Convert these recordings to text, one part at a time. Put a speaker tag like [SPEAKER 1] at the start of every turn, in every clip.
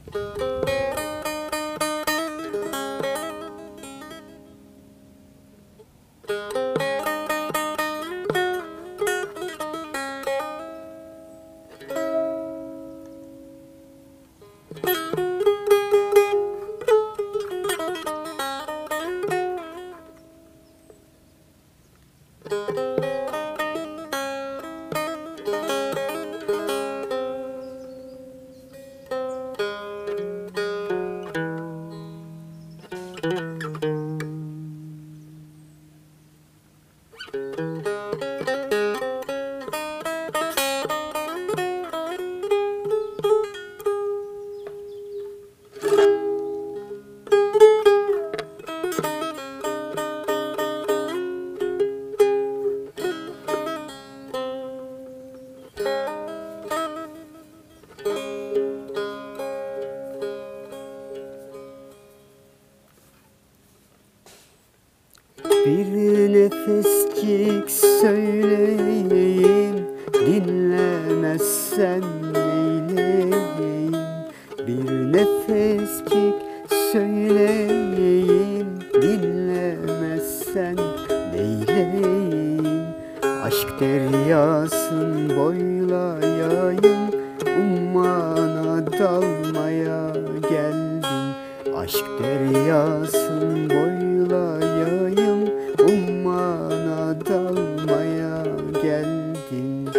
[SPEAKER 1] Bir nefescik söyleyeyim, dinlemezsen neyleyeyim? Bir nefescik söyleyeyim, dinlemezsen neyleyeyim? Aşk deryasın boylayayım, ummana dalmaya geldim. Aşk deryasın boylayayım, ummana dalmaya geldim.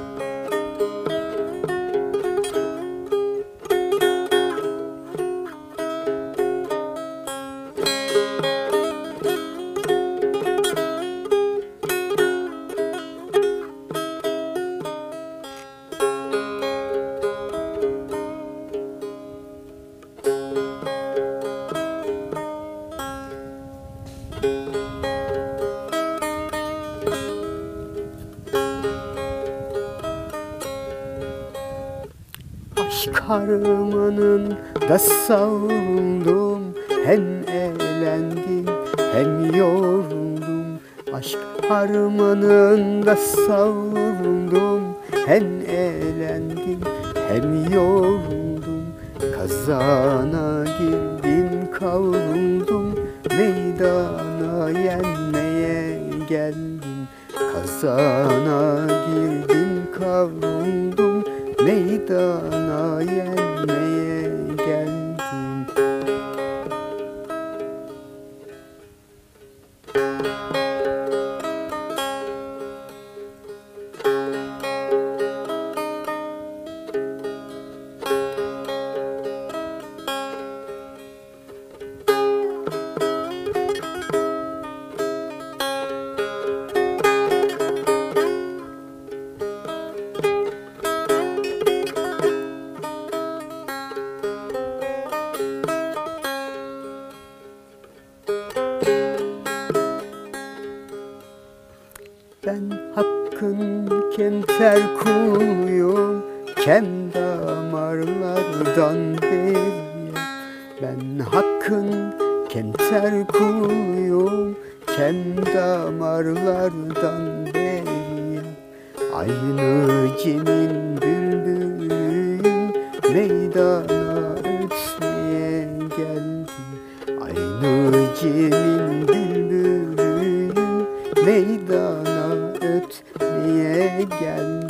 [SPEAKER 1] Aşk harmanında savruldum, hem eğlendim hem yoruldum. Aşk harmanında savruldum, hem eğlendim hem yoruldum. Kazana girdim kavruldum, meydana yenmeye geldim. Kazana girdim kavruldum, meydana yenmeye geldim. Ben hakkın kemter kuluyum, kem damarlardan beri. Ben hakkın kemter kuluyum, kem damarlardan beri. Aynı cimin bülbülüyüm, meydana ötmeye geldim. Aynı cimin bülbülüyüm, meydana ötmeye geldim.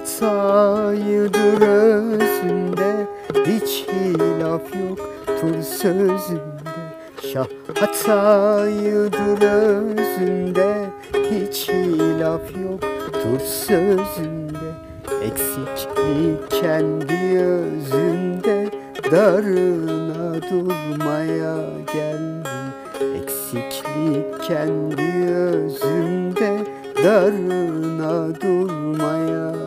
[SPEAKER 1] hatayıdır özünde, hiç hilaf yoktur sözünde. Şah hatayıdır özünde, hiç hilaf yoktur sözünde. Eksiklik kendi özünde, darına durmaya geldim. Eksiklik kendi özünde, darına durmaya